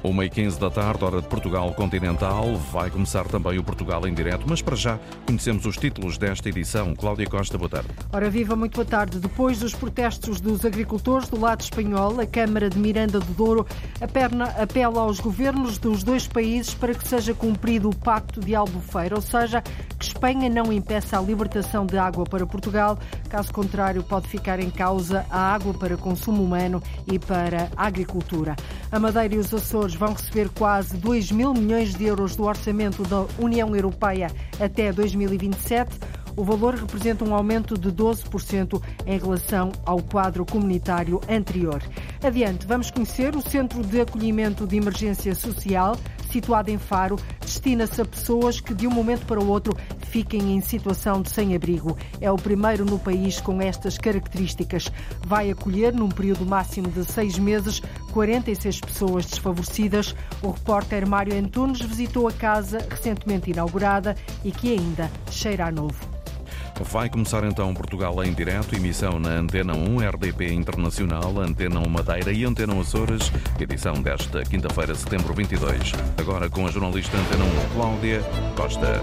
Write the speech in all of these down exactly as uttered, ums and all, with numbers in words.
uma e quinze da tarde, hora de Portugal Continental. Vai começar também o Portugal em direto, mas para já conhecemos os títulos desta edição. Cláudia Costa, boa tarde. Ora viva, muito boa tarde. Depois dos protestos dos agricultores do lado espanhol, a Câmara de Miranda do Douro apela aos governos dos dois países para que seja cumprido o Pacto de Albufeira, ou seja, que Espanha não impeça a libertação de água para Portugal. Caso contrário, pode ficar em causa a água para consumo humano e para a agricultura. A Madeira e os Açores vão receber quase dois mil milhões de euros do orçamento da União Europeia até dois mil e vinte e sete. O valor representa um aumento de doze por cento em relação ao quadro comunitário anterior. Adiante, vamos conhecer o Centro de Acolhimento de Emergência Social, situado em Faro. Destina-se a pessoas que de um momento para o outro fiquem em situação de sem-abrigo. É o primeiro no país com estas características. Vai acolher, num período máximo de seis meses, quarenta e seis pessoas desfavorecidas. O repórter Mário Antunes visitou a casa recentemente inaugurada e que ainda cheira a novo. Vai começar então Portugal em direto, emissão na Antena um, R D P Internacional, Antena um Madeira e Antena um Açores, edição desta quinta-feira, setembro vinte e dois. Agora com a jornalista Antena um, Cláudia Costa.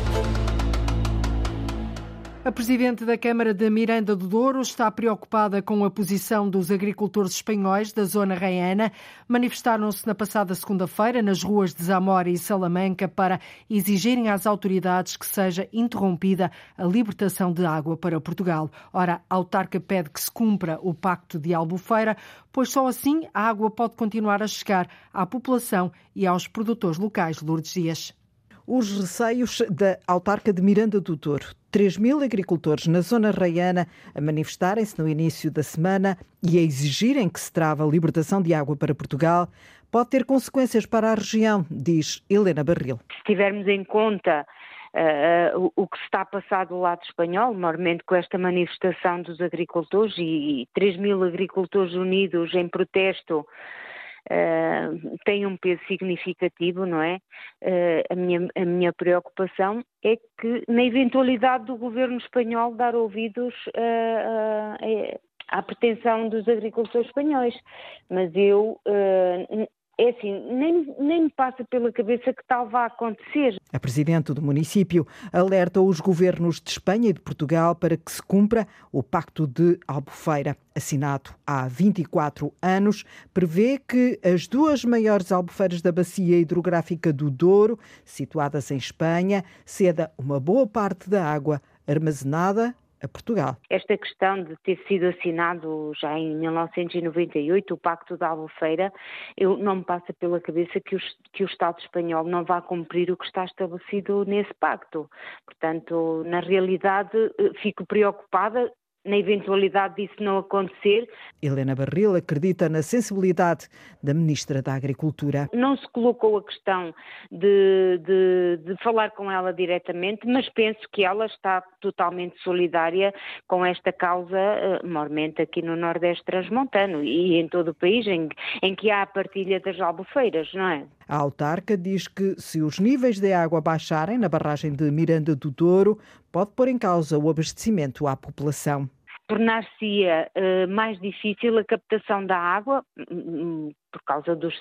A Presidente da Câmara de Miranda do Douro está preocupada com a posição dos agricultores espanhóis da zona raiana. Manifestaram-se na passada segunda-feira nas ruas de Zamora e Salamanca para exigirem às autoridades que seja interrompida a libertação de água para Portugal. Ora, a autarca pede que se cumpra o Pacto de Albufeira, pois só assim a água pode continuar a chegar à população e aos produtores locais. Lourdes Dias. Os receios da autarca de Miranda do Douro. três mil agricultores na zona raiana a manifestarem-se no início da semana e a exigirem que se trave a libertação de água para Portugal pode ter consequências para a região, diz Helena Barril. Se tivermos em conta uh, o, o que se está a passar do lado espanhol, maiormente com esta manifestação dos agricultores e, e três mil agricultores unidos em protesto, Uh, tem um peso significativo, não é? Uh, a, minha, a minha preocupação é que, na eventualidade do governo espanhol dar ouvidos uh, uh, à pretensão dos agricultores espanhóis, mas eu... Uh, É assim, nem, nem me passa pela cabeça que tal vá acontecer. A Presidente do município alerta os governos de Espanha e de Portugal para que se cumpra o Pacto de Albufeira. Assinado há vinte e quatro anos, prevê que as duas maiores albufeiras da bacia hidrográfica do Douro, situadas em Espanha, ceda uma boa parte da água armazenada a Portugal. Esta questão de ter sido assinado já em mil novecentos e noventa e oito o Pacto da Albufeira, eu, não me passa pela cabeça que o, que o Estado espanhol não vá cumprir o que está estabelecido nesse pacto. Portanto, na realidade, fico preocupada na eventualidade disso não acontecer. Helena Barril acredita na sensibilidade da Ministra da Agricultura. Não se colocou a questão de, de, de falar com ela diretamente, mas penso que ela está totalmente solidária com esta causa, maiormente aqui no Nordeste Transmontano e em todo o país, em, em que há a partilha das albufeiras, não é? A autarca diz que se os níveis de água baixarem na barragem de Miranda do Douro, pode pôr em causa o abastecimento à população. Tornar-se-ia uh, mais difícil a captação da água um, por causa dos,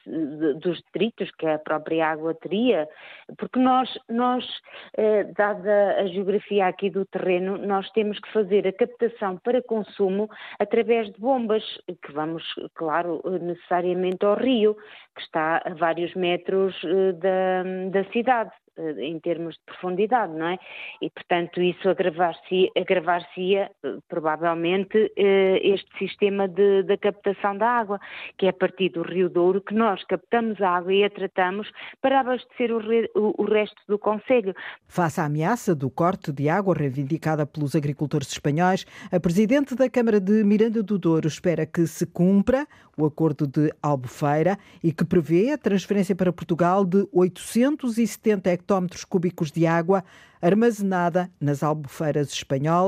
dos detritos que a própria água teria, porque nós, nós uh, dada a geografia aqui do terreno, nós temos que fazer a captação para consumo através de bombas, que vamos, claro, necessariamente ao rio, que está a vários metros uh, da, da cidade, em termos de profundidade, não é? E, portanto, isso agravar-se, agravar-se-ia, provavelmente, este sistema de, de captação da água, que é a partir do Rio Douro, que nós captamos a água e a tratamos para abastecer o, re, o, o resto do concelho. Face à ameaça do corte de água reivindicada pelos agricultores espanhóis, a Presidente da Câmara de Miranda do Douro espera que se cumpra o acordo de Albufeira e que prevê a transferência para Portugal de oitocentos e setenta hectómetros cúbicos de água armazenada nas albufeiras espanholas,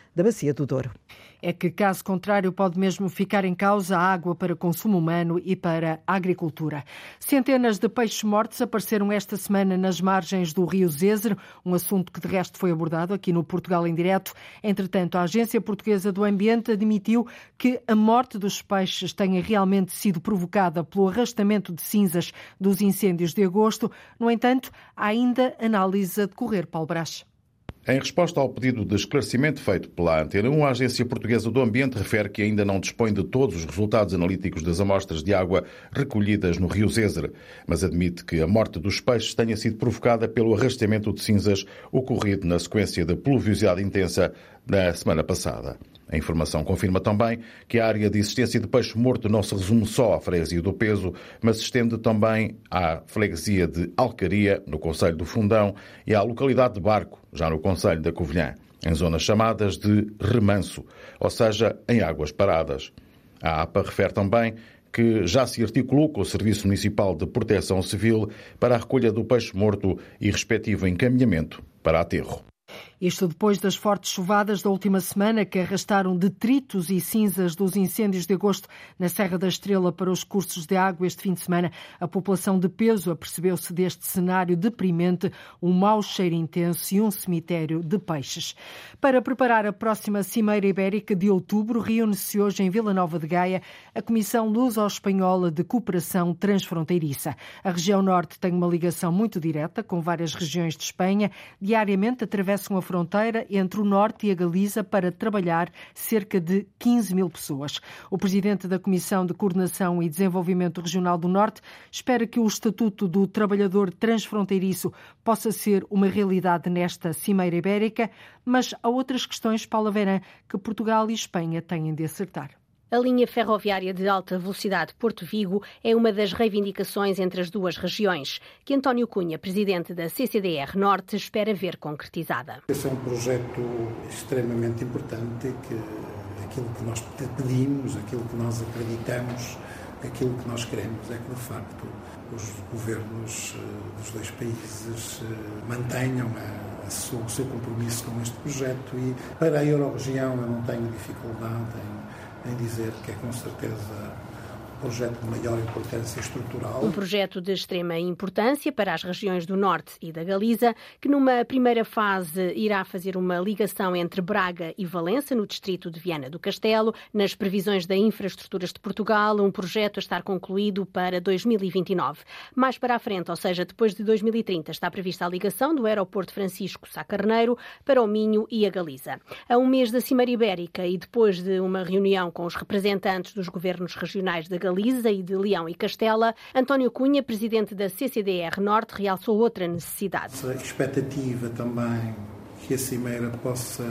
da Bacia do Douro. É que, caso contrário, pode mesmo ficar em causa a água para consumo humano e para a agricultura. Centenas de peixes mortos apareceram esta semana nas margens do rio Zézer, um assunto que de resto foi abordado aqui no Portugal em Direto. Entretanto, a Agência Portuguesa do Ambiente admitiu que a morte dos peixes tenha realmente sido provocada pelo arrastamento de cinzas dos incêndios de agosto. No entanto, há ainda análise a decorrer. Paulo Brás. Em resposta ao pedido de esclarecimento feito pela Antena um, a Agência Portuguesa do Ambiente refere que ainda não dispõe de todos os resultados analíticos das amostras de água recolhidas no rio Zézer, mas admite que a morte dos peixes tenha sido provocada pelo arrastamento de cinzas ocorrido na sequência da pluviosidade intensa na semana passada. A informação confirma também que a área de existência de peixe morto não se resume só à freguesia do Peso, mas se estende também à freguesia de Alcaria, no concelho do Fundão, e à localidade de Barco, já no concelho da Covilhã, em zonas chamadas de remanso, ou seja, em águas paradas. A APA refere também que já se articulou com o Serviço Municipal de Proteção Civil para a recolha do peixe morto e respectivo encaminhamento para aterro. Isto depois das fortes chuvadas da última semana que arrastaram detritos e cinzas dos incêndios de agosto na Serra da Estrela para os cursos de água este fim de semana. A população de Peso apercebeu-se deste cenário deprimente, um mau cheiro intenso e um cemitério de peixes. Para preparar a próxima Cimeira Ibérica de outubro, reúne-se hoje em Vila Nova de Gaia a Comissão Luso-Espanhola de Cooperação Transfronteiriça. A região norte tem uma ligação muito direta com várias regiões de Espanha. Diariamente atravessam a fronteira entre o Norte e a Galiza para trabalhar cerca de quinze mil pessoas. O presidente da Comissão de Coordenação e Desenvolvimento Regional do Norte espera que o Estatuto do Trabalhador Transfronteiriço possa ser uma realidade nesta Cimeira Ibérica, mas há outras questões, Paula Verã, que Portugal e Espanha têm de acertar. A linha ferroviária de alta velocidade Porto Vigo é uma das reivindicações entre as duas regiões, que António Cunha, presidente da C C D R Norte, espera ver concretizada. Esse é um projeto extremamente importante, que aquilo que nós pedimos, aquilo que nós acreditamos, aquilo que nós queremos é que, de facto, os governos dos dois países mantenham a, a o seu compromisso com este projeto e, para a Euro-região, eu não tenho dificuldade em em dizer que é com certeza um projeto de maior importância estrutural. Um projeto de extrema importância para as regiões do Norte e da Galiza, que numa primeira fase irá fazer uma ligação entre Braga e Valença, no distrito de Viana do Castelo. Nas previsões da Infraestruturas de Portugal, um projeto a estar concluído para dois mil e vinte e nove. Mais para a frente, ou seja, depois de dois mil e trinta, está prevista a ligação do aeroporto Francisco Sá Carneiro para o Minho e a Galiza. A um mês da Cimeira Ibérica e depois de uma reunião com os representantes dos governos regionais da Galiza e de Leão e Castela, António Cunha, presidente da C C D R Norte, realçou outra necessidade. A expectativa também que a Cimeira possa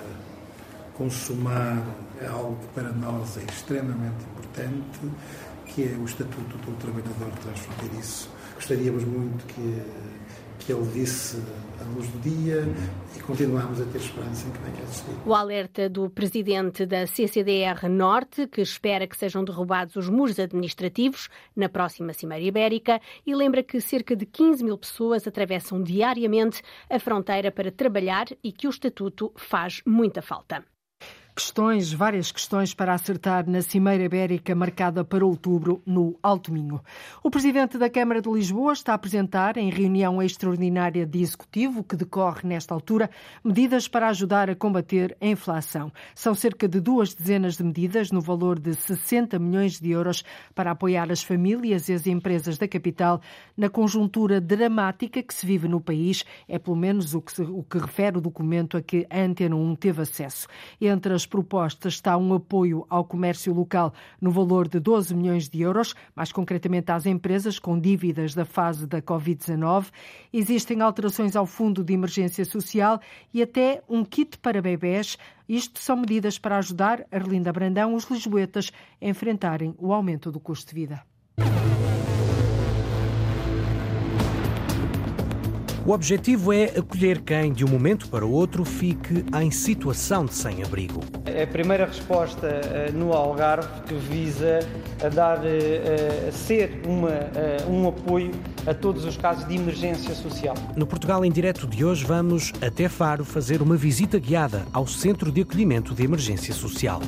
consumar algo que para nós é extremamente importante, que é o Estatuto do Trabalhador Transfronteiriço. Gostaríamos muito que, que ele visse a luz do dia e continuamos a ter esperança em que venha a existir. O alerta do presidente da C C D R Norte, que espera que sejam derrubados os muros administrativos na próxima Cimeira Ibérica, e lembra que cerca de quinze mil pessoas atravessam diariamente a fronteira para trabalhar e que o Estatuto faz muita falta. Questões, várias questões para acertar na Cimeira Ibérica marcada para outubro no Alto Minho. O presidente da Câmara de Lisboa está a apresentar, em reunião extraordinária de executivo, que decorre nesta altura, medidas para ajudar a combater a inflação. São cerca de duas dezenas de medidas, no valor de sessenta milhões de euros, para apoiar as famílias e as empresas da capital na conjuntura dramática que se vive no país. É pelo menos o que, se, o que refere o documento a que a Antena um teve acesso. Entre as propostas está um apoio ao comércio local no valor de doze milhões de euros, mais concretamente às empresas com dívidas da fase da covid dezanove. Existem alterações ao Fundo de Emergência Social e até um kit para bebés. Isto são medidas para ajudar, Arlinda Brandão, os lisboetas a enfrentarem o aumento do custo de vida. O objetivo é acolher quem, de um momento para o outro, fique em situação de sem-abrigo. É a primeira resposta uh, no Algarve que visa a dar, uh, a ser uma, uh, um apoio a todos os casos de emergência social. No Portugal em Direto de hoje vamos até Faro fazer uma visita guiada ao Centro de Acolhimento de Emergência Social.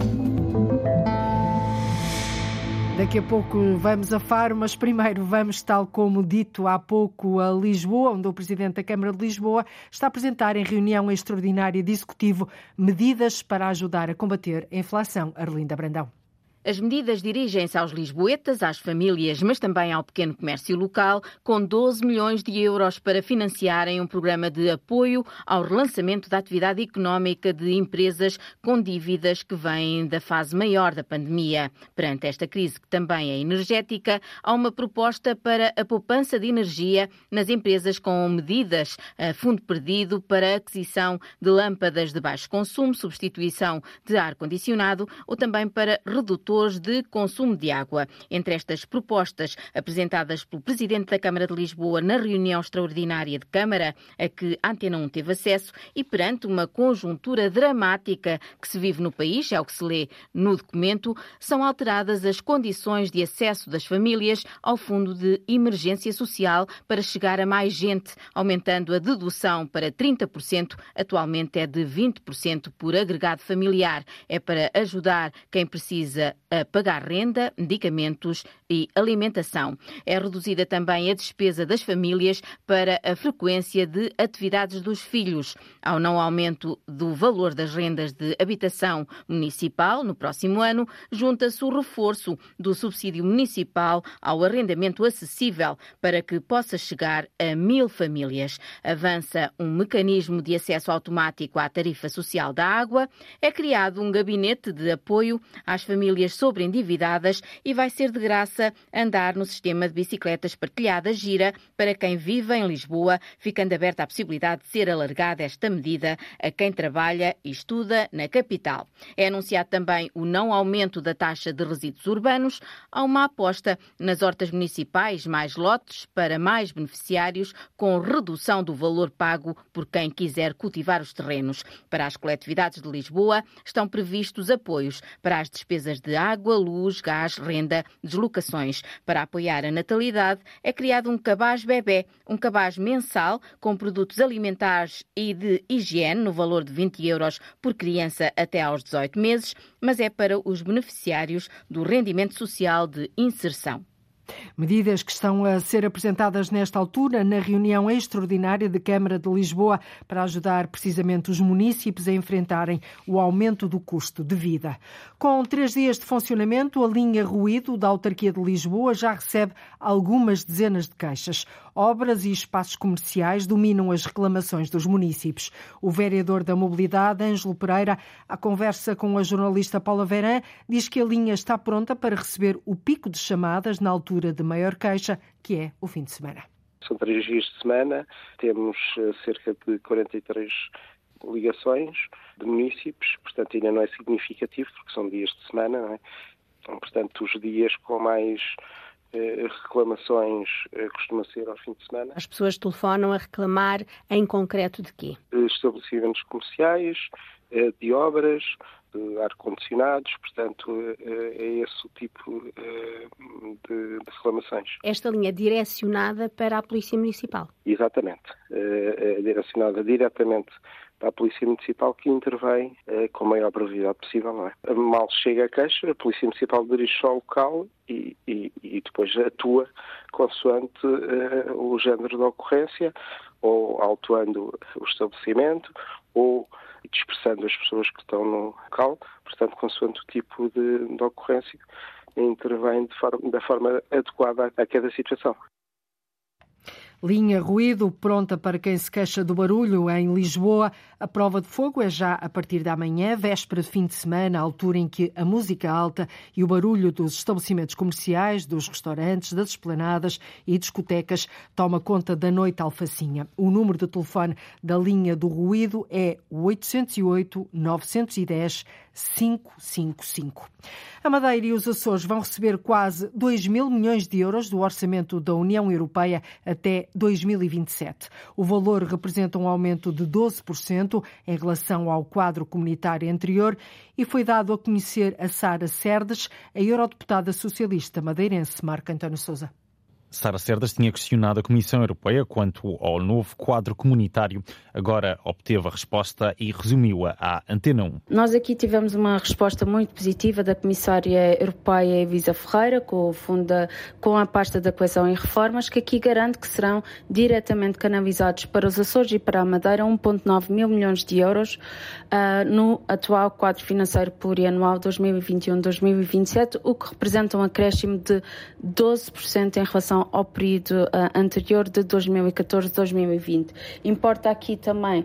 Daqui a pouco vamos a Faro, mas primeiro vamos, tal como dito há pouco, a Lisboa, onde o Presidente da Câmara de Lisboa está a apresentar em reunião extraordinária de Executivo medidas para ajudar a combater a inflação. Arlinda Brandão. As medidas dirigem-se aos lisboetas, às famílias, mas também ao pequeno comércio local, com doze milhões de euros para financiarem um programa de apoio ao relançamento da atividade económica de empresas com dívidas que vêm da fase maior da pandemia. Perante esta crise, que também é energética, há uma proposta para a poupança de energia nas empresas com medidas a fundo perdido para a aquisição de lâmpadas de baixo consumo, substituição de ar-condicionado ou também para redutores de consumo de água. Entre estas propostas apresentadas pelo Presidente da Câmara de Lisboa na reunião extraordinária de Câmara, a que a Antena um teve acesso, e perante uma conjuntura dramática que se vive no país, é o que se lê no documento, são alteradas as condições de acesso das famílias ao Fundo de Emergência Social para chegar a mais gente, aumentando a dedução para trinta por cento, atualmente é de vinte por cento por agregado familiar. É para ajudar quem precisa a pagar renda, medicamentos e alimentação. É reduzida também a despesa das famílias para a frequência de atividades dos filhos. Ao não aumento do valor das rendas de habitação municipal no próximo ano, junta-se o reforço do subsídio municipal ao arrendamento acessível para que possa chegar a mil famílias. Avança um mecanismo de acesso automático à tarifa social da água. É criado um gabinete de apoio às famílias sobreendividadas e vai ser de graça andar no sistema de bicicletas partilhadas Gira para quem vive em Lisboa, ficando aberta a possibilidade de ser alargada esta medida a quem trabalha e estuda na capital. É anunciado também o não aumento da taxa de resíduos urbanos. Há uma aposta nas hortas municipais, mais lotes para mais beneficiários, com redução do valor pago por quem quiser cultivar os terrenos. Para as coletividades de Lisboa estão previstos apoios para as despesas de água, luz, gás, renda, deslocações. Para apoiar a natalidade, é criado um cabaz bebé, um cabaz mensal com produtos alimentares e de higiene no valor de vinte euros por criança até aos dezoito meses, mas é para os beneficiários do rendimento social de inserção. Medidas que estão a ser apresentadas nesta altura na reunião extraordinária de Câmara de Lisboa para ajudar precisamente os munícipes a enfrentarem o aumento do custo de vida. Com três dias de funcionamento, a linha Ruído da Autarquia de Lisboa já recebe algumas dezenas de queixas. Obras e espaços comerciais dominam as reclamações dos munícipes. O vereador da Mobilidade, Ângelo Pereira, à conversa com a jornalista Paula Verã, diz que a linha está pronta para receber o pico de chamadas na altura de maior queixa, que é o fim de semana. São três dias de semana, temos cerca de quarenta e três ligações de munícipes, portanto ainda não é significativo, porque são dias de semana, não é? Portanto, os dias com mais eh, reclamações eh, costuma ser ao fim de semana. As pessoas telefonam a reclamar em concreto de quê? Estabelecimentos comerciais, eh, de obras, de ar-condicionados, portanto, é esse o tipo de reclamações. Esta linha é direcionada para a Polícia Municipal? Exatamente. É direcionada diretamente para a Polícia Municipal, que intervém com a maior brevidade possível, não é? Mal chega a queixa, a Polícia Municipal dirige-se ao local e, e, e depois atua consoante o género da ocorrência, ou autuando o estabelecimento, ou dispersando as pessoas que estão no local, portanto, consoante o tipo de, de ocorrência, intervém de forma, da forma adequada a cada situação. Linha Ruído, pronta para quem se queixa do barulho em Lisboa. A prova de fogo é já a partir da manhã, véspera de fim de semana, a altura em que a música alta e o barulho dos estabelecimentos comerciais, dos restaurantes, das esplanadas e discotecas toma conta da noite alfacinha. O número de telefone da linha do Ruído é oito zero oito, nove um zero, cinco cinco cinco. A Madeira e os Açores vão receber quase dois mil milhões de euros do orçamento da União Europeia até dois mil e vinte e sete. O valor representa um aumento de doze por cento em relação ao quadro comunitário anterior e foi dado a conhecer a Sara Cerdas, a eurodeputada socialista madeirense. Marco António Sousa. Sara Cerdas tinha questionado a Comissão Europeia quanto ao novo quadro comunitário. Agora obteve a resposta e resumiu-a à Antena um. Nós aqui tivemos uma resposta muito positiva da Comissária Europeia Evisa Ferreira, com, o fundo da, com a pasta da Coesão e Reformas, que aqui garante que serão diretamente canalizados para os Açores e para a Madeira um vírgula nove mil milhões de euros uh, no atual quadro financeiro plurianual dois mil e vinte e um a dois mil e vinte e sete, o que representa um acréscimo de doze por cento em relação ao período uh, anterior de dois mil e catorze a dois mil e vinte. Importa aqui também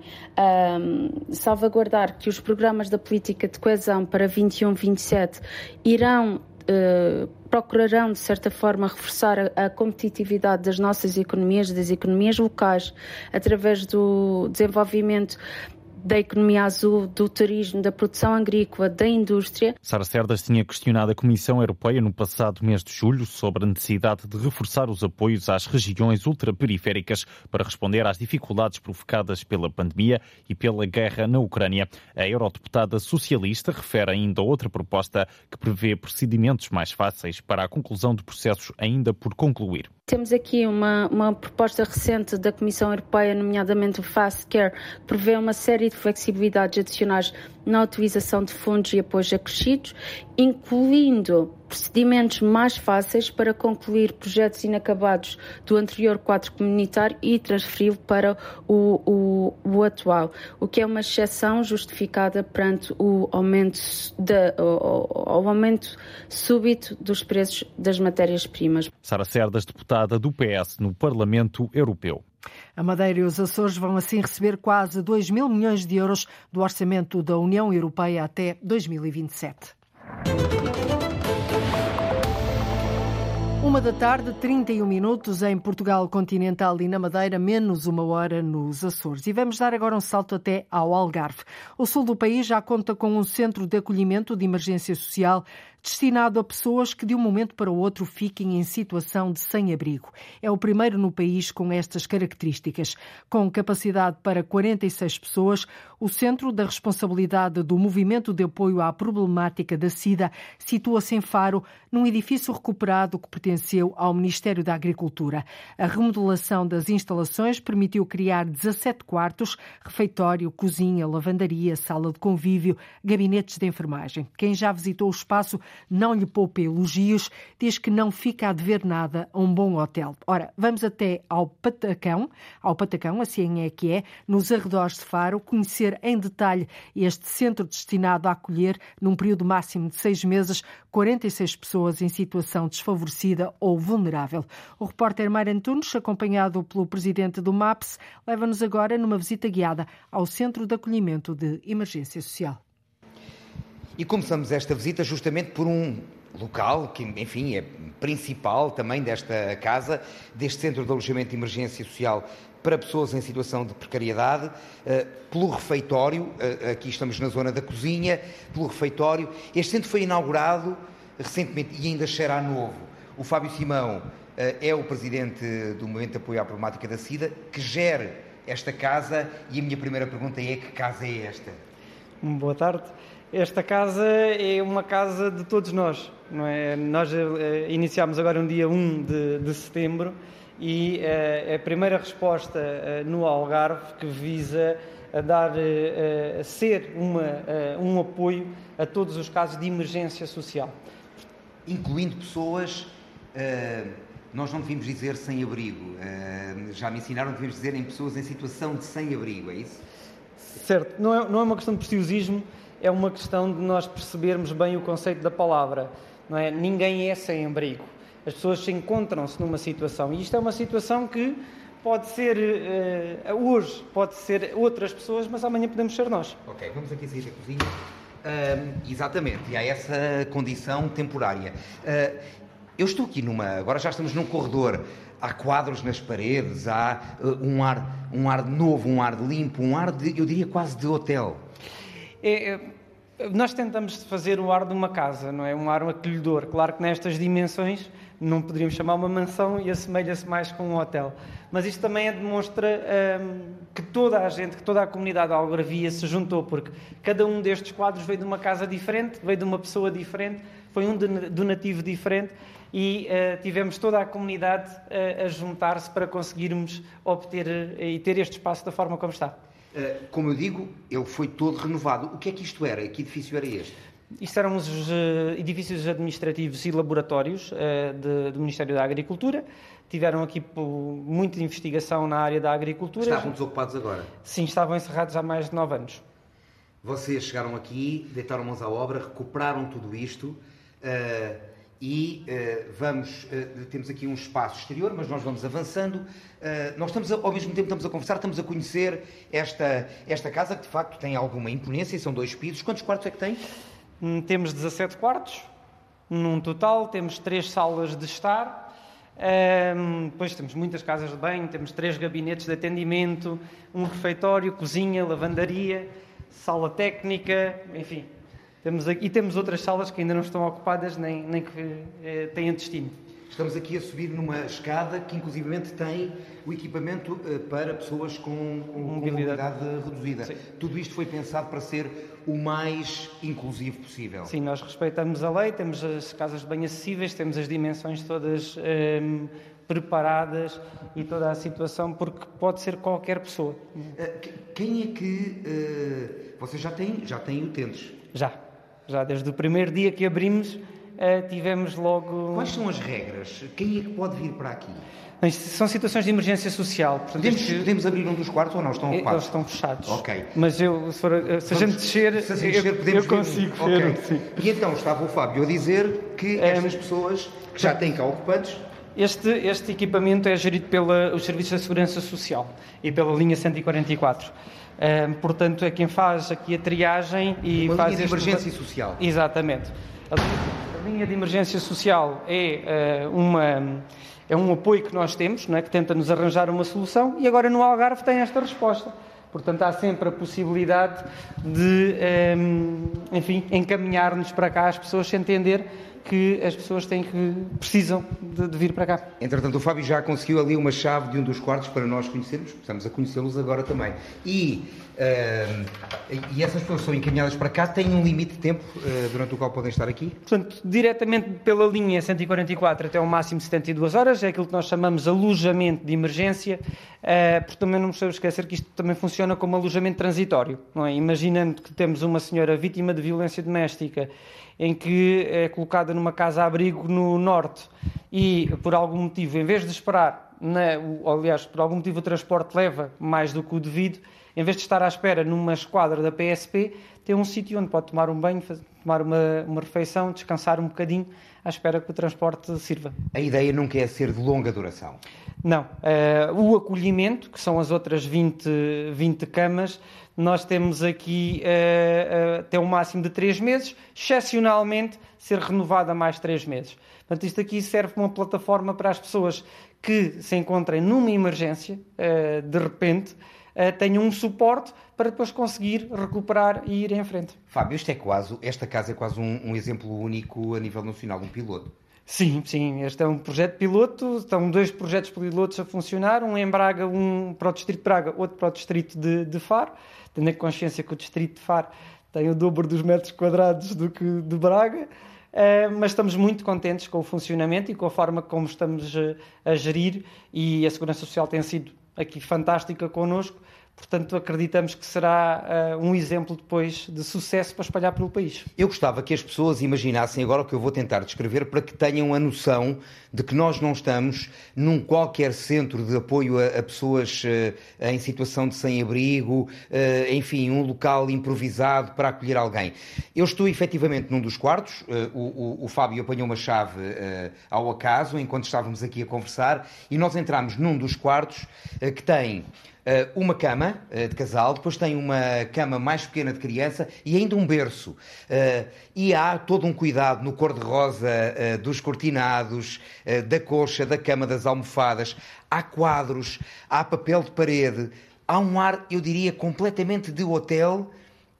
um, salvaguardar que os programas da política de coesão para vinte e um a vinte e sete irão Uh, procurarão, de certa forma, reforçar a, a competitividade das nossas economias, das economias locais, através do desenvolvimento da economia azul, do turismo, da produção agrícola, da indústria. Sara Cerdas tinha questionado a Comissão Europeia no passado mês de julho sobre a necessidade de reforçar os apoios às regiões ultraperiféricas para responder às dificuldades provocadas pela pandemia e pela guerra na Ucrânia. A eurodeputada socialista refere ainda outra proposta que prevê procedimentos mais fáceis para a conclusão de processos ainda por concluir. Temos aqui uma, uma proposta recente da Comissão Europeia, nomeadamente o Fast Care, que prevê uma série de flexibilidades adicionais na utilização de fundos e apoios acrescidos, incluindo procedimentos mais fáceis para concluir projetos inacabados do anterior quadro comunitário e transferi-lo para o, o, o atual, o que é uma exceção justificada perante o aumento, de, o, o aumento súbito dos preços das matérias-primas. Sara Cerdas, deputada do P S no Parlamento Europeu. A Madeira e os Açores vão assim receber quase dois mil milhões de euros do orçamento da União Europeia até dois mil e vinte e sete. Uma da tarde, trinta e um minutos em Portugal continental e na Madeira, menos uma hora nos Açores. E vamos dar agora um salto até ao Algarve. O sul do país já conta com um centro de acolhimento de emergência social destinado a pessoas que de um momento para o outro fiquem em situação de sem-abrigo. É o primeiro no país com estas características. Com capacidade para quarenta e seis pessoas, o Centro da Responsabilidade do Movimento de Apoio à Problemática da SIDA situa-se em Faro, num edifício recuperado que pertenceu ao Ministério da Agricultura. A remodelação das instalações permitiu criar dezassete quartos, refeitório, cozinha, lavandaria, sala de convívio, gabinetes de enfermagem. Quem já visitou o espaço não lhe poupa elogios, diz que não fica a dever nada a um bom hotel. Ora, vamos até ao Patacão, ao Patacão, assim é que é, nos arredores de Faro, conhecer em detalhe este centro destinado a acolher, num período máximo de seis meses, quarenta e seis pessoas em situação desfavorecida ou vulnerável. O repórter Mário Antunes, acompanhado pelo presidente do MAPS, leva-nos agora numa visita guiada ao Centro de Acolhimento de Emergência Social. E começamos esta visita justamente por um local que, enfim, é principal também desta casa, deste Centro de Alojamento de Emergência Social para pessoas em situação de precariedade, pelo refeitório, aqui estamos na zona da cozinha, pelo refeitório. Este centro foi inaugurado recentemente e ainda cheira a novo. O Fábio Simão é o presidente do Movimento de Apoio à Problemática da SIDA, que gere esta casa, e a minha primeira pergunta é: que casa é esta? Boa tarde. Esta casa é uma casa de todos nós, não é? Nós uh, iniciámos agora no dia um de, de setembro e uh, a primeira resposta uh, no Algarve que visa a dar, uh, a ser uma, uh, um apoio a todos os casos de emergência social. Incluindo pessoas, uh, nós não devíamos dizer sem-abrigo, uh, já me ensinaram que devíamos dizer em pessoas em situação de sem-abrigo, é isso? Certo, não é, não é uma questão de preciosismo, é uma questão de nós percebermos bem o conceito da palavra, não é? Ninguém é sem abrigo. As pessoas se encontram-se numa situação, e isto é uma situação que pode ser, uh, hoje pode ser outras pessoas, mas amanhã podemos ser nós. Ok, vamos aqui sair da cozinha. Uh, exatamente, e há essa condição temporária. Uh, eu estou aqui numa, agora já estamos num corredor, há quadros nas paredes, há uh, um ar, um ar novo, um ar limpo, um ar de, eu diria quase de hotel. É, Nós tentamos fazer o ar de uma casa, não é? Um ar acolhedor. Claro que nestas dimensões não poderíamos chamar uma mansão e assemelha-se mais com um hotel. Mas isto também demonstra hum, que toda a gente, que toda a comunidade de Algarvia se juntou, porque cada um destes quadros veio de uma casa diferente, veio de uma pessoa diferente, foi um donativo diferente e uh, tivemos toda a comunidade uh, a juntar-se para conseguirmos obter uh, e ter este espaço da forma como está. Uh, como eu digo, ele foi todo renovado. O que é que isto era? Que edifício era este? Isto eram os uh, edifícios administrativos e laboratórios uh, de, do Ministério da Agricultura. Tiveram aqui pô, muita investigação na área da agricultura. Estavam desocupados agora? Sim, estavam encerrados há mais de nove anos. Vocês chegaram aqui, deitaram mãos à obra, recuperaram tudo isto uh, e uh, vamos, uh, temos aqui um espaço exterior, mas nós vamos avançando. Uh, nós estamos, a, ao mesmo tempo estamos a conversar, estamos a conhecer esta, esta casa que de facto tem alguma imponência, são dois pisos. Quantos quartos é que tem? Hum, temos dezassete quartos, num total, temos três salas de estar. Um, depois temos muitas casas de banho, temos três gabinetes de atendimento, um refeitório, cozinha, lavandaria, sala técnica, enfim. Temos aqui, e temos outras salas que ainda não estão ocupadas, nem, nem que eh, tenham destino. Estamos aqui a subir numa escada que inclusivamente tem o equipamento uh, para pessoas com, com mobilidade. com mobilidade reduzida. Sim. Tudo isto foi pensado para ser o mais inclusivo possível. Sim, nós respeitamos a lei, temos as casas de banho acessíveis, temos as dimensões todas um, preparadas e toda a situação, porque pode ser qualquer pessoa. Uh, quem é que... Uh, vocês já têm, já têm utentes? Já. Já desde o primeiro dia que abrimos, Uh, tivemos logo... Quais são as regras? Quem é que pode vir para aqui? São situações de emergência social. Portanto, podemos, este... podemos abrir um dos quartos ou não? Estão ocupados? Eles estão fechados. Ok. Mas eu, se, for, se Vamos, a gente descer, se a gente descer podemos eu consigo ver. ver. Okay. Sim. E então estava o Fábio a dizer que estas um, pessoas que já têm cá ocupantes... Este, este equipamento é gerido pelos Serviços de Segurança Social e pela linha cento e quarenta e quatro. Um, portanto, é quem faz aqui a triagem e Uma faz... linha de este... emergência social. Exatamente. A linha... A linha de emergência social é, uh, uma, é um apoio que nós temos, não é? Que tenta nos arranjar uma solução e agora no Algarve tem esta resposta. Portanto, há sempre a possibilidade de, um, enfim, encaminhar-nos para cá as pessoas sem entender que as pessoas têm que, precisam de, de vir para cá. Entretanto, o Fábio já conseguiu ali uma chave de um dos quartos para nós conhecermos, estamos a conhecê-los agora também. E, uh, e essas pessoas são encaminhadas para cá, têm um limite de tempo uh, durante o qual podem estar aqui? Portanto, diretamente pela linha cento e quarenta e quatro até ao máximo de setenta e duas horas, é aquilo que nós chamamos de alojamento de emergência, uh, porque também não nos podemos esquecer que isto também funciona como alojamento transitório, não é? Imaginando que temos uma senhora vítima de violência doméstica em que é colocada numa casa-abrigo no norte e, por algum motivo, em vez de esperar, na, aliás, por algum motivo o transporte leva mais do que o devido, em vez de estar à espera numa esquadra da P S P, tem um sítio onde pode tomar um banho, fazer, tomar uma, uma refeição, descansar um bocadinho, à espera que o transporte sirva. A ideia nunca é ser de longa duração? Não. Uh, o acolhimento, que são as outras vinte, vinte camas, nós temos aqui uh, uh, até um máximo de três meses, excepcionalmente ser renovado a mais três meses. Portanto, isto aqui serve como uma plataforma para as pessoas que se encontrem numa emergência, uh, de repente, uh, tenham um suporte para depois conseguir recuperar e ir em frente. Fábio, isto é quase, esta casa é quase um, um exemplo único a nível nacional, um piloto. Sim, sim, este é um projeto piloto, estão dois projetos pilotos a funcionar, um em Braga, um para o Distrito de Braga, outro para o Distrito de, de Faro, tendo em consciência que o Distrito de Faro tem o dobro dos metros quadrados do que de Braga, uh, mas estamos muito contentes com o funcionamento e com a forma como estamos uh, a gerir, e a Segurança Social tem sido aqui fantástica connosco. Portanto, acreditamos que será uh, um exemplo depois de sucesso para espalhar pelo país. Eu gostava que as pessoas imaginassem agora o que eu vou tentar descrever para que tenham a noção de que nós não estamos num qualquer centro de apoio a, a pessoas uh, em situação de sem-abrigo, uh, enfim, um local improvisado para acolher alguém. Eu estou efetivamente num dos quartos, uh, o, o, o Fábio apanhou uma chave uh, ao acaso enquanto estávamos aqui a conversar e nós entramos num dos quartos uh, que tem... Uh, uma cama uh, de casal, depois tem uma cama mais pequena de criança e ainda um berço. Uh, e há todo um cuidado no cor-de-rosa uh, dos cortinados, uh, da coxa, da cama, das almofadas. Há quadros, há papel de parede. Há um ar, eu diria, completamente de hotel,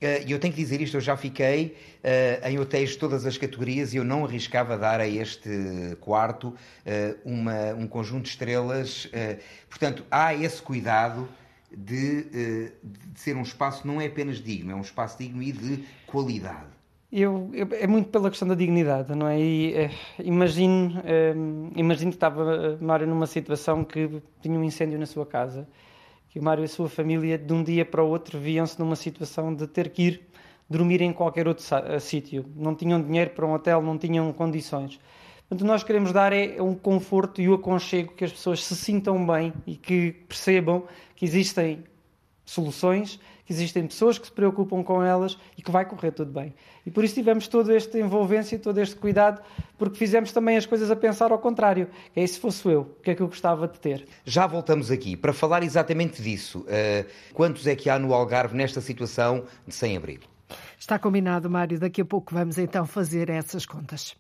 E eu tenho que dizer isto, eu já fiquei uh, em hotéis de todas as categorias e eu não arriscava dar a este quarto uh, uma, um conjunto de estrelas. Uh, portanto, há esse cuidado de, uh, de ser um espaço não é apenas digno, é um espaço digno e de qualidade. Eu, eu, é muito pela questão da dignidade, não é? E, eh, imagino, eh, imagino que estava Mário numa situação que tinha um incêndio na sua casa, que o Mário e a sua família de um dia para o outro viam-se numa situação de ter que ir dormir em qualquer outro sítio. Não tinham dinheiro para um hotel, não tinham condições. Portanto, o que nós queremos dar é um conforto e o aconchego, que as pessoas se sintam bem e que percebam que existem soluções, que existem pessoas que se preocupam com elas e que vai correr tudo bem. E por isso tivemos toda esta envolvência e todo este cuidado, porque fizemos também as coisas a pensar ao contrário. É e se fosse eu, o que é que eu gostava de ter? Já voltamos aqui para falar exatamente disso. Uh, quantos é que há no Algarve nesta situação de sem-abrigo? Está combinado, Mário. Daqui a pouco vamos então fazer essas contas.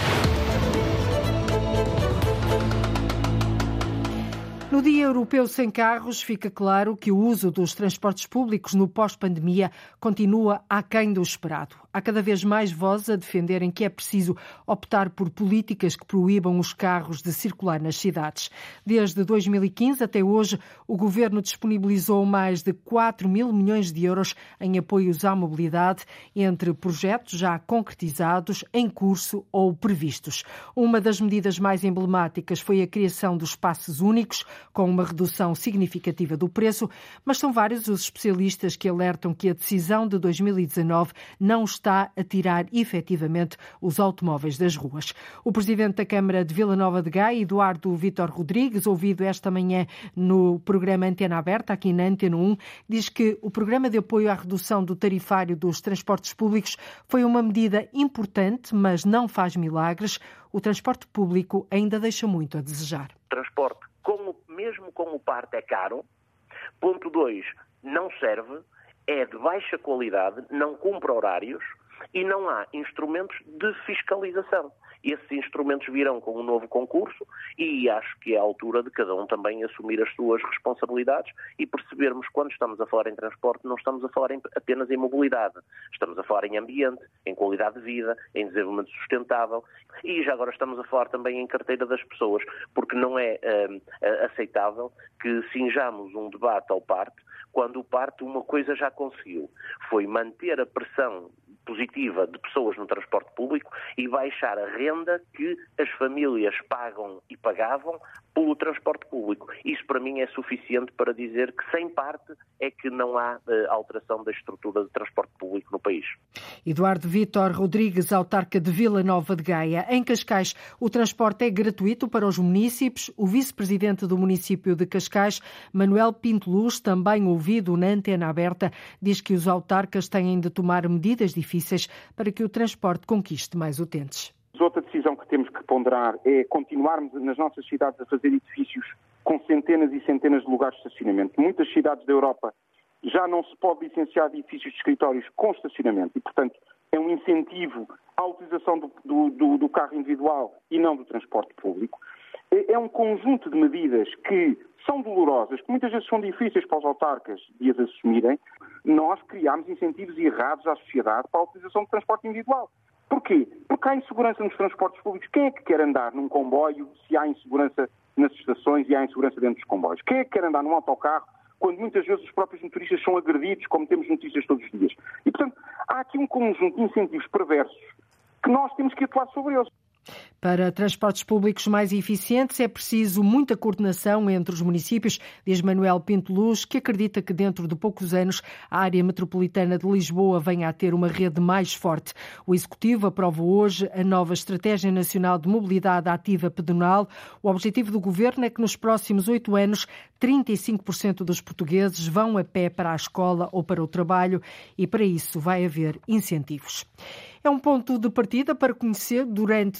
No Dia Europeu Sem Carros, fica claro que o uso dos transportes públicos no pós-pandemia continua aquém do esperado. Há cada vez mais vozes a defenderem que é preciso optar por políticas que proíbam os carros de circular nas cidades. Desde dois mil e quinze até hoje, o Governo disponibilizou mais de quatro mil milhões de euros em apoios à mobilidade, entre projetos já concretizados, em curso ou previstos. Uma das medidas mais emblemáticas foi a criação dos passes únicos, com uma redução significativa do preço, mas são vários os especialistas que alertam que a decisão de dois mil e dezanove não está a tirar efetivamente os automóveis das ruas. O presidente da Câmara de Vila Nova de Gaia, Eduardo Vítor Rodrigues, ouvido esta manhã no programa Antena Aberta, aqui na Antena um, diz que o programa de apoio à redução do tarifário dos transportes públicos foi uma medida importante, mas não faz milagres. O transporte público ainda deixa muito a desejar. Transporte, com o, mesmo com o parte, é caro. Ponto dois, não serve, é de baixa qualidade, não cumpre horários e não há instrumentos de fiscalização. Esses instrumentos virão com um novo concurso e acho que é a altura de cada um também assumir as suas responsabilidades e percebermos que quando estamos a falar em transporte não estamos a falar em, apenas em mobilidade. Estamos a falar em ambiente, em qualidade de vida, em desenvolvimento sustentável e já agora estamos a falar também em carteira das pessoas, porque não é uh, aceitável que cinjamos um debate ao parte quando o parte uma coisa já conseguiu. Foi manter a pressão positiva de pessoas no transporte público e baixar a renda que as famílias pagam e pagavam pelo transporte público. Isso para mim é suficiente para dizer que sem parte é que não há uh, alteração da estrutura de transporte público no país. Eduardo Vítor Rodrigues, autarca de Vila Nova de Gaia. Em Cascais, o transporte é gratuito para os munícipes. O vice-presidente do município de Cascais, Manuel Pinto Luz, também ouvido na Antena Aberta, diz que os autarcas têm de tomar medidas difíceis para que o transporte conquiste mais utentes. Outra decisão que temos que ponderar é continuarmos nas nossas cidades a fazer edifícios com centenas e centenas de lugares de estacionamento. Muitas cidades da Europa já não se pode licenciar edifícios de escritórios com estacionamento e, portanto, é um incentivo à utilização do, do, do, do carro individual e não do transporte público. É, é um conjunto de medidas que são dolorosas, que muitas vezes são difíceis para os autarcas de as assumirem. Nós criámos incentivos errados à sociedade para a utilização de transporte individual. Porquê? Porque há insegurança nos transportes públicos. Quem é que quer andar num comboio se há insegurança nas estações e há insegurança dentro dos comboios? Quem é que quer andar num autocarro quando muitas vezes os próprios motoristas são agredidos, como temos notícias todos os dias? E, portanto, há aqui um conjunto de incentivos perversos que nós temos que atuar sobre eles. Para transportes públicos mais eficientes é preciso muita coordenação entre os municípios, diz Manuel Pinto Luz, que acredita que dentro de poucos anos a área metropolitana de Lisboa venha a ter uma rede mais forte. O Executivo aprova hoje a nova Estratégia Nacional de Mobilidade Ativa Pedonal. O objetivo do Governo é que nos próximos oito anos trinta e cinco por cento dos portugueses vão a pé para a escola ou para o trabalho e para isso vai haver incentivos. É um ponto de partida para conhecer durante todo o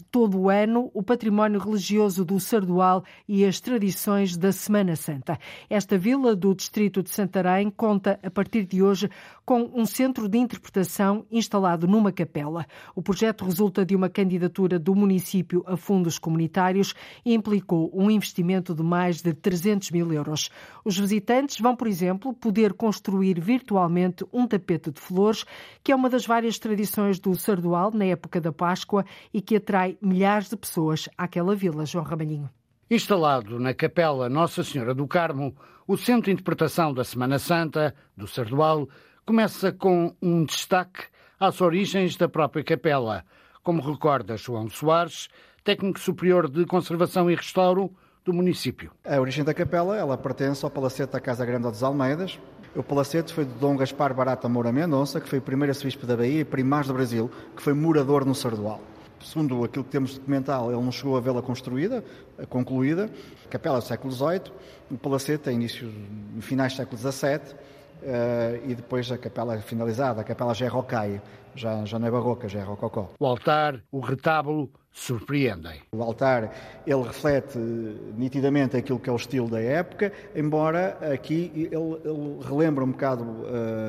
do ano, o património religioso do Sardual e as tradições da Semana Santa. Esta vila do distrito de Santarém conta, a partir de hoje, com um centro de interpretação instalado numa capela. O projeto resulta de uma candidatura do município a fundos comunitários e implicou um investimento de mais de trezentos mil euros. Os visitantes vão, por exemplo, poder construir virtualmente um tapete de flores, que é uma das várias tradições do Sardual na época da Páscoa e que atrai milhares de pessoas àquela vila. João Ramalhinho. Instalado na Capela Nossa Senhora do Carmo, o Centro de Interpretação da Semana Santa do Sardual começa com um destaque às origens da própria capela, como recorda João Soares, técnico superior de Conservação e Restauro do município. A origem da capela, ela pertence ao Palacete da Casa Grande dos Almeidas. O palacete foi de Dom Gaspar Barata Moura Mendonça, que foi o primeiro arcebispo da Bahia e primaz do Brasil, que foi morador no Sardual. Segundo aquilo que temos documental, ele não chegou a vê-la construída, concluída. A capela é do século dezoito, o palacete é início, finais do século dezassete, uh, e depois a capela é finalizada, a capela já é rocaille, já, já não é barroca, já é rococó. O altar, o retábulo, surpreendem. O altar, ele reflete nitidamente aquilo que é o estilo da época, embora aqui ele, ele relembra um bocado uh,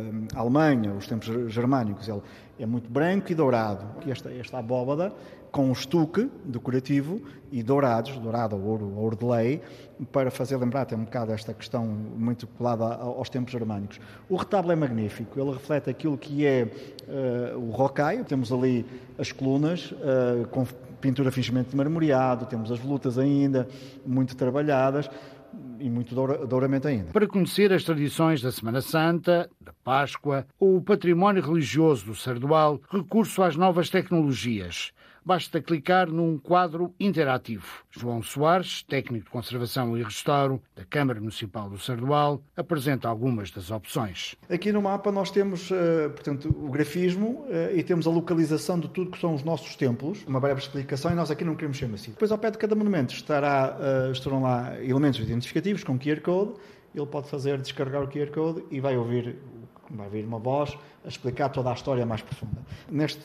a Alemanha, os tempos germânicos. Ele é muito branco e dourado. Aqui esta, esta abóbada com um estuque decorativo e dourados, dourado ou ouro, ouro de lei, para fazer lembrar até um bocado esta questão muito colada aos tempos germânicos. O retábulo é magnífico, ele reflete aquilo que é uh, o rocaille. Temos ali as colunas uh, com pintura fingimento de marmoreado, temos as volutas ainda muito trabalhadas e muito douramento ainda. Para conhecer as tradições da Semana Santa, da Páscoa ou o património religioso do Sardual, recurso às novas tecnologias. Basta clicar num quadro interativo. João Soares, técnico de Conservação e Restauro da Câmara Municipal do Sardual, apresenta algumas das opções. Aqui no mapa nós temos, portanto, o grafismo e temos a localização de tudo que são os nossos templos, uma breve explicação, e nós aqui não queremos ser massivos. Depois, ao pé de cada monumento, estará, estarão lá elementos identificativos com Q R Code. Ele pode fazer descarregar o Q R Code e vai ouvir vai ouvir uma voz a explicar toda a história mais profunda. Neste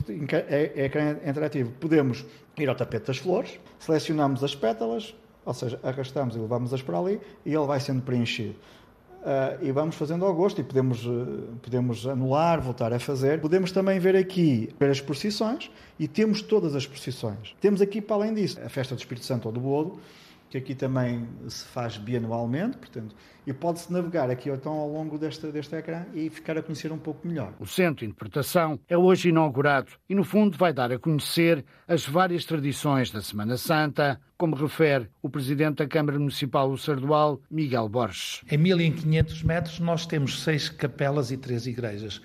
ecrã interativo podemos ir ao tapete das flores, selecionamos as pétalas, ou seja, arrastamos e levamos-as para ali e ele vai sendo preenchido. Uh, e vamos fazendo ao gosto e podemos, uh, podemos anular, voltar a fazer. Podemos também ver aqui ver as procissões e temos todas as procissões. Temos aqui, para além disso, a festa do Espírito Santo ou do Bodo, que aqui também se faz bianualmente, portanto, e pode-se navegar aqui então ao longo deste, deste ecrã e ficar a conhecer um pouco melhor. O Centro de Interpretação é hoje inaugurado e, no fundo, vai dar a conhecer as várias tradições da Semana Santa, como refere o Presidente da Câmara Municipal do Sardual, Miguel Borges. Em mil e quinhentos metros nós temos seis capelas e três igrejas.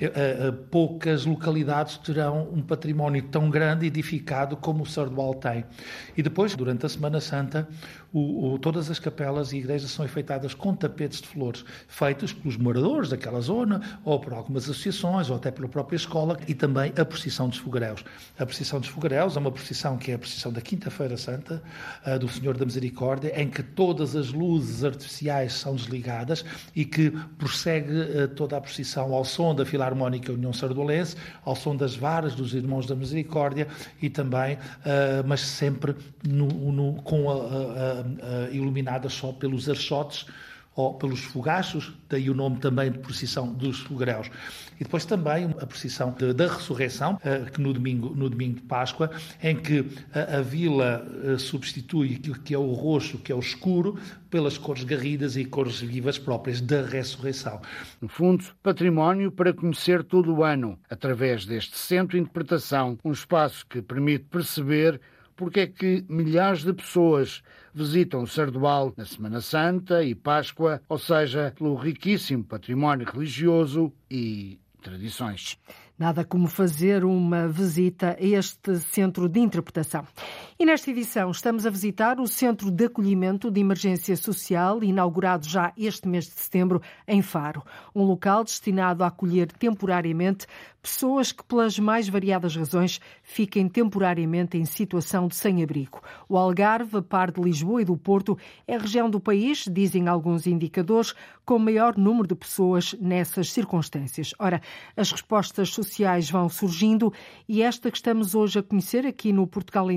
Poucas localidades terão um património tão grande e edificado como o Sardual tem. E depois, durante a Semana Santa, o, o, todas as capelas e igrejas são enfeitadas com tapetes de flores, feitos pelos moradores daquela zona, ou por algumas associações, ou até pela própria escola, e também a procissão dos fogaréus. A procissão dos fogaréus é uma procissão que é a procissão da Quinta-feira Santa, uh, do Senhor da Misericórdia, em que todas as luzes artificiais são desligadas e que prossegue uh, toda a procissão ao som da Filarmónica União Sardualense, ao som das varas dos Irmãos da Misericórdia e também, uh, mas sempre no, no, com a, a, a, iluminadas só pelos archotes ou pelos fogachos, daí o nome também de procissão dos fogaréus. E depois também a procissão de, da ressurreição, que no domingo, no domingo de Páscoa, em que a, a vila substitui aquilo que é o roxo, que é o escuro, pelas cores garridas e cores vivas próprias da ressurreição. No fundo, património para conhecer todo o ano, através deste Centro de Interpretação, um espaço que permite perceber porque é que milhares de pessoas visitam o Sardual na Semana Santa e Páscoa, ou seja, pelo riquíssimo património religioso e tradições. Nada como fazer uma visita a este centro de interpretação. E nesta edição estamos a visitar o Centro de Acolhimento de Emergência Social, inaugurado já este mês de setembro em Faro. Um local destinado a acolher temporariamente pessoas que, pelas mais variadas razões, fiquem temporariamente em situação de sem-abrigo. O Algarve, a par de Lisboa e do Porto, é a região do país, dizem alguns indicadores, com maior número de pessoas nessas circunstâncias. Ora, as respostas sociais vão surgindo e esta que estamos hoje a conhecer aqui no Portugal em Direto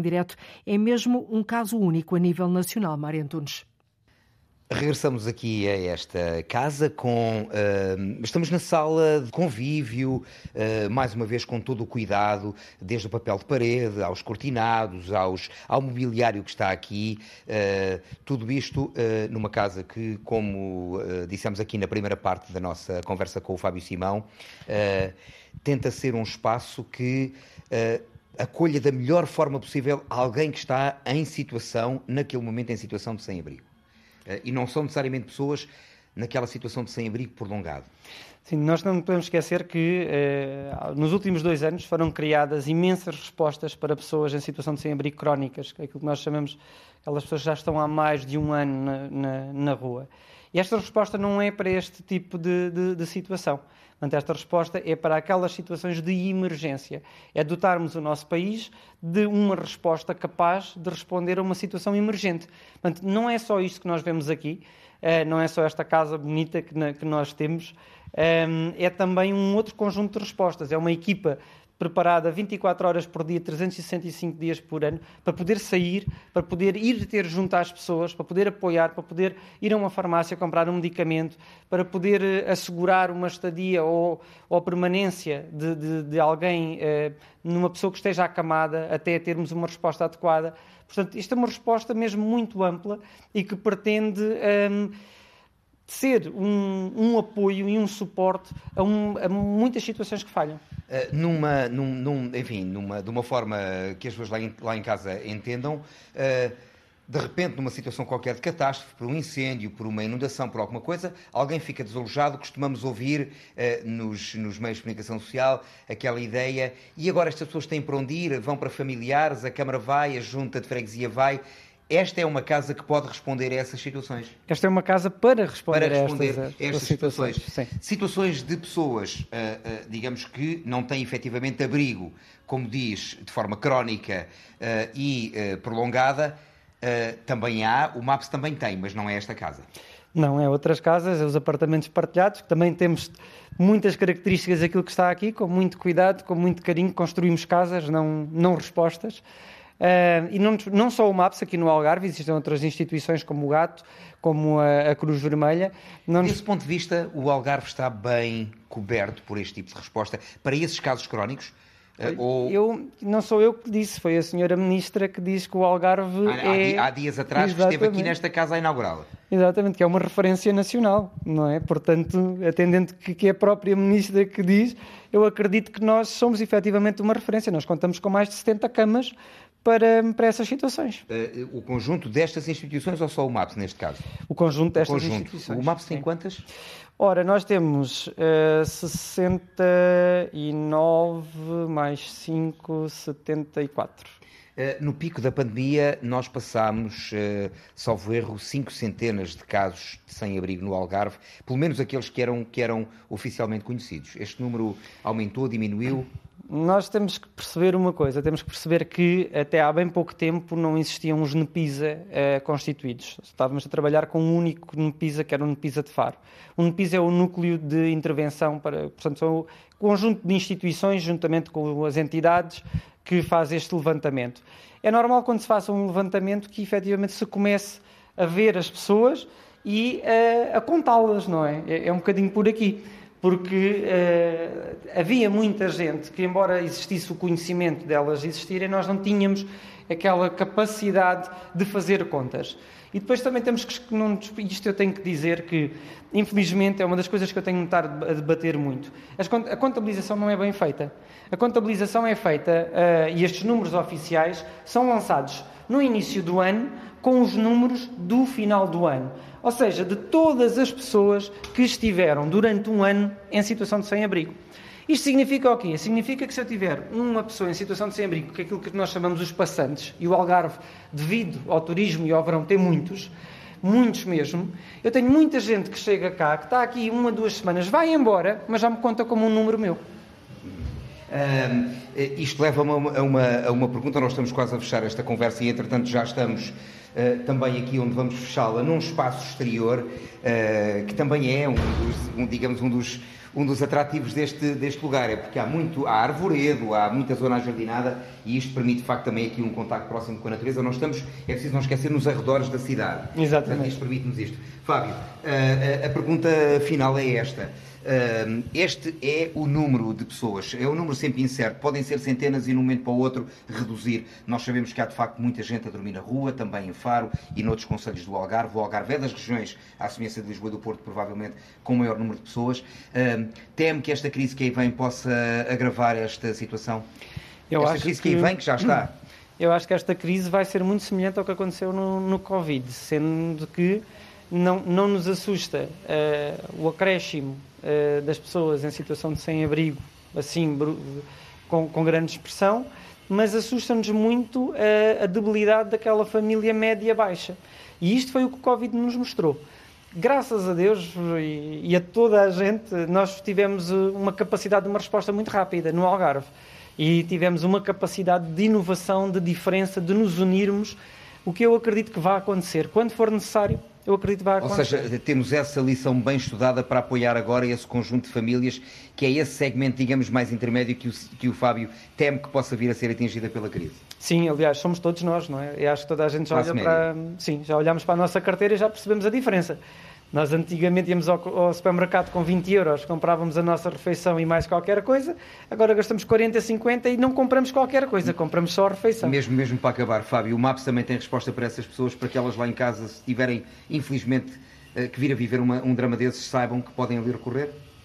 É mesmo um caso único a nível nacional, Mária Antunes. Regressamos aqui a esta casa com... Uh, estamos na sala de convívio, uh, mais uma vez com todo o cuidado, desde o papel de parede, aos cortinados, aos, ao mobiliário que está aqui. Uh, tudo isto uh, numa casa que, como uh, dissemos aqui na primeira parte da nossa conversa com o Fábio Simão, uh, tenta ser um espaço que... Uh, acolha da melhor forma possível alguém que está em situação, naquele momento em situação de sem-abrigo. E não são necessariamente pessoas naquela situação de sem-abrigo prolongado. Sim, nós não podemos esquecer que eh, nos últimos dois anos foram criadas imensas respostas para pessoas em situação de sem-abrigo crónicas, aquilo que nós chamamos, aquelas pessoas que já estão há mais de um ano na, na, na rua. E esta resposta não é para este tipo de, de, de situação. Portanto, esta resposta é para aquelas situações de emergência. É dotarmos o nosso país de uma resposta capaz de responder a uma situação emergente. Portanto, não é só isto que nós vemos aqui, não é só esta casa bonita que nós temos, é também um outro conjunto de respostas. É uma equipa preparada vinte e quatro horas por dia, trezentos e sessenta e cinco dias por ano, para poder sair, para poder ir ter junto às pessoas, para poder apoiar, para poder ir a uma farmácia comprar um medicamento, para poder assegurar uma estadia ou, ou permanência de, de, de alguém, eh, numa pessoa que esteja acamada, até termos uma resposta adequada. Portanto, isto é uma resposta mesmo muito ampla e que pretende... Eh, ser um, um apoio e um suporte a, um, a muitas situações que falham. Uh, numa, num, num, enfim, numa, de uma forma que as pessoas lá em, lá em casa entendam, uh, de repente, numa situação qualquer de catástrofe, por um incêndio, por uma inundação, por alguma coisa, alguém fica desalojado, costumamos ouvir uh, nos, nos meios de comunicação social aquela ideia, e agora estas pessoas têm para onde ir, vão para familiares, a Câmara vai, a Junta de Freguesia vai... Esta é uma casa que pode responder a essas situações? Esta é uma casa para responder, para responder a estas, a estas situações. situações. Situações de pessoas, uh, uh, digamos que não têm efetivamente abrigo, como diz, de forma crónica uh, e uh, prolongada, uh, também há, o MAPS também tem, mas não é esta casa. Não, é outras casas, é os apartamentos partilhados, que também temos muitas características daquilo que está aqui, com muito cuidado, com muito carinho, construímos casas, não, não respostas. Uh, e não, não só o MAPS aqui no Algarve, existem outras instituições como o Gato, como a, a Cruz Vermelha. Não... Desse ponto de vista, o Algarve está bem coberto por este tipo de resposta para esses casos crónicos? Uh, ou... Eu, não sou eu que disse, foi a senhora Ministra que diz que o Algarve há, é... Há dias atrás que esteve aqui nesta casa a inaugurá-la. Exatamente, que é uma referência nacional, não é? Portanto, atendendo que, que é a própria Ministra que diz, eu acredito que nós somos efetivamente uma referência. Nós contamos com mais de setenta camas para, para essas situações. Uh, o conjunto destas instituições ou só o MAPS, neste caso? O conjunto destas o conjunto. instituições. O MAPS tem sim. quantas? Ora, nós temos uh, sessenta e nove mais cinco, setenta e quatro. Uh, no pico da pandemia, nós passámos, uh, salvo erro, cinco centenas de casos de sem-abrigo no Algarve, pelo menos aqueles que eram, que eram oficialmente conhecidos. Este número aumentou, diminuiu? Nós temos que perceber uma coisa, temos que perceber que até há bem pouco tempo não existiam os NEPISA uh, constituídos. Estávamos a trabalhar com um único NEPISA, que era o NEPISA de Faro. O NEPISA é o núcleo de intervenção, para, portanto, são o conjunto de instituições, juntamente com as entidades, que faz este levantamento. É normal, quando se faça um levantamento, que efetivamente se comece a ver as pessoas e uh, a contá-las, não é? É, é um bocadinho por aqui. Porque uh, havia muita gente que, embora existisse o conhecimento delas existirem, nós não tínhamos aquela capacidade de fazer contas. E depois também temos que, não, isto eu tenho que dizer que, infelizmente, é uma das coisas que eu tenho notado a debater muito. A contabilização não é bem feita. A contabilização é feita, uh, e estes números oficiais são lançados no início do ano com os números do final do ano. Ou seja, de todas as pessoas que estiveram durante um ano em situação de sem-abrigo. Isto significa o quê? Significa que se eu tiver uma pessoa em situação de sem-abrigo, que é aquilo que nós chamamos os passantes, e o Algarve, devido ao turismo e ao verão, tem muitos, muitos mesmo, eu tenho muita gente que chega cá, que está aqui uma, duas semanas, vai embora, mas já me conta como um número meu. Um, isto leva-me a uma, a, uma, a uma pergunta, nós estamos quase a fechar esta conversa e, entretanto, já estamos... Uh, também aqui onde vamos fechá-la, num espaço exterior, uh, que também é um dos, um, digamos, um dos, um dos atrativos deste, deste lugar, é porque há muito, há arvoredo, há muita zona ajardinada e isto permite de facto também aqui um contacto próximo com a natureza. Nós estamos, é preciso não esquecer, nos arredores da cidade. Exatamente. Portanto, isto permite-nos isto. Fábio, a, a, a pergunta final é esta. Uh, este é o número de pessoas, é um número sempre incerto, podem ser centenas e de um momento para o outro reduzir. Nós sabemos que há de facto muita gente a dormir na rua, também em Faro e noutros concelhos do Algarve. O Algarve é das regiões, à semelhança de Lisboa e do Porto, provavelmente com o maior número de pessoas. Uh, teme que esta crise que aí vem possa agravar esta situação? Eu esta acho crise que aí vem, que já está. Eu acho que esta crise vai ser muito semelhante ao que aconteceu no, no Covid, sendo que não, não nos assusta uh, o acréscimo uh, das pessoas em situação de sem-abrigo, assim, com, com grande expressão, mas assusta-nos muito uh, a debilidade daquela família média-baixa. E isto foi o que o Covid nos mostrou. Graças a Deus e, e a toda a gente, nós tivemos uma capacidade de uma resposta muito rápida no Algarve. E tivemos uma capacidade de inovação, de diferença, de nos unirmos, o que eu acredito que vai acontecer. Quando for necessário, eu acredito que vai acontecer. Ou seja, temos essa lição bem estudada para apoiar agora esse conjunto de famílias, que é esse segmento, digamos, mais intermédio que o, que o Fábio teme que possa vir a ser atingida pela crise. Sim, aliás, somos todos nós, não é? Eu acho que toda a gente já olha para... Sim, já olhamos para a nossa carteira e já percebemos a diferença. Nós antigamente íamos ao, ao supermercado com vinte euros, comprávamos a nossa refeição e mais qualquer coisa, agora gastamos quarenta, cinquenta e não compramos qualquer coisa, compramos só a refeição. Mesmo, mesmo para acabar, Fábio, o MAPS também tem resposta para essas pessoas, para que elas lá em casa, se tiverem, infelizmente, que vir a viver uma, um drama desses, saibam que podem ali recorrer?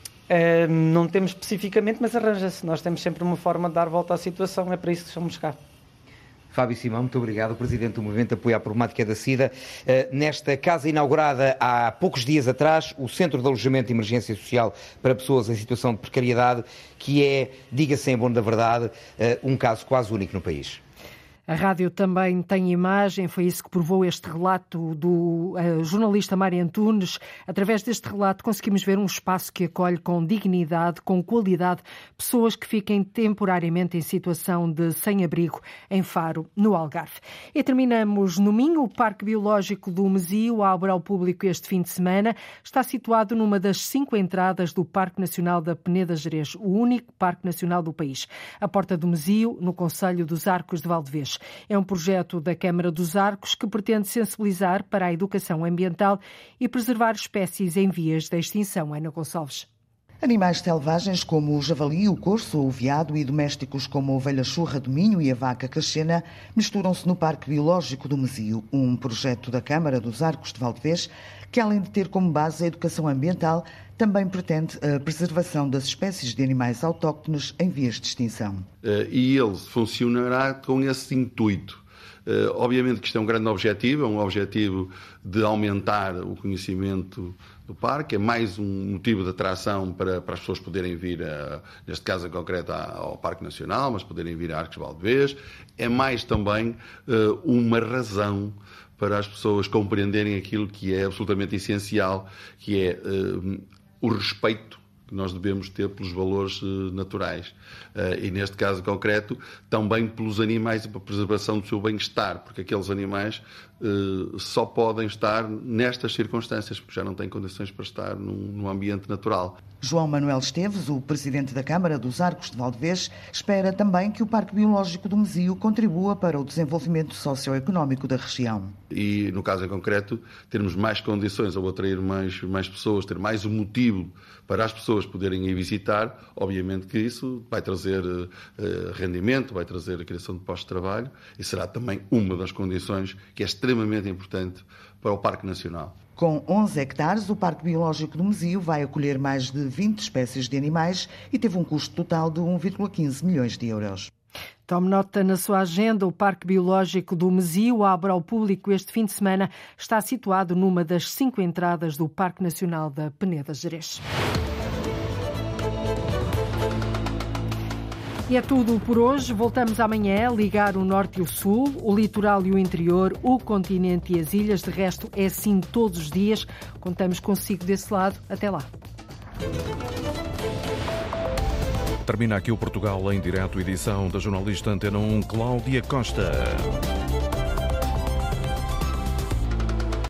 Uh, não temos especificamente, mas arranja-se. Nós temos sempre uma forma de dar volta à situação, é para isso que estamos cá. Fábio Simão, muito obrigado, o Presidente do Movimento de Apoio à Problemática da SIDA. Nesta casa inaugurada há poucos dias atrás, o Centro de Alojamento de Emergência Social para Pessoas em Situação de Precariedade, que é, diga-se em bom da verdade, um caso quase único no país. A rádio também tem imagem, foi isso que provou este relato do uh, jornalista Mário Antunes. Através deste relato conseguimos ver um espaço que acolhe com dignidade, com qualidade, pessoas que fiquem temporariamente em situação de sem-abrigo em Faro, no Algarve. E terminamos no Minho. O Parque Biológico do Mesio abre ao público este fim de semana. Está situado numa das cinco entradas do Parque Nacional da Peneda Gerês, o único parque nacional do país. A Porta do Mesio, no concelho dos Arcos de Valdevez. É um projeto da Câmara dos Arcos que pretende sensibilizar para a educação ambiental e preservar espécies em vias de extinção. Ana Gonçalves. Animais selvagens como o javali, o corso ou o veado e domésticos como a ovelha churra do Minho e a vaca caxena misturam-se no Parque Biológico do Mesio, um projeto da Câmara dos Arcos de Valdevez que, além de ter como base a educação ambiental, também pretende a preservação das espécies de animais autóctones em vias de extinção. E ele funcionará com esse intuito. Obviamente que isto é um grande objetivo, é um objetivo de aumentar o conhecimento do parque, é mais um motivo de atração para, para as pessoas poderem vir, a, neste caso em concreto, ao Parque Nacional, mas poderem vir a Arcos de Valdevez. É mais também uh, uma razão para as pessoas compreenderem aquilo que é absolutamente essencial, que é uh, o respeito que nós devemos ter pelos valores uh, naturais. Uh, e neste caso concreto, também pelos animais e pela preservação do seu bem-estar, porque aqueles animais uh, só podem estar nestas circunstâncias, porque já não têm condições para estar num, num ambiente natural. João Manuel Esteves, o Presidente da Câmara dos Arcos de Valdevez, espera também que o Parque Biológico do Mesio contribua para o desenvolvimento socioeconómico da região. E, no caso em concreto, termos mais condições ou atrair mais, mais pessoas, ter mais um motivo para as pessoas poderem ir visitar, obviamente que isso vai trazer uh, rendimento, vai trazer a criação de postos de trabalho e será também uma das condições que é extremamente importante para o Parque Nacional. Com onze hectares, o Parque Biológico do Mesio vai acolher mais de vinte espécies de animais e teve um custo total de um vírgula quinze milhões de euros. Tome nota na sua agenda, o Parque Biológico do Mesio abre ao público este fim de semana. Está situado numa das cinco entradas do Parque Nacional da Peneda Gerês. E é tudo por hoje. Voltamos amanhã a ligar o norte e o sul, o litoral e o interior, o continente e as ilhas. De resto, é assim todos os dias. Contamos consigo desse lado. Até lá. Termina aqui o Portugal em Direto, edição da jornalista Antena um, Cláudia Costa.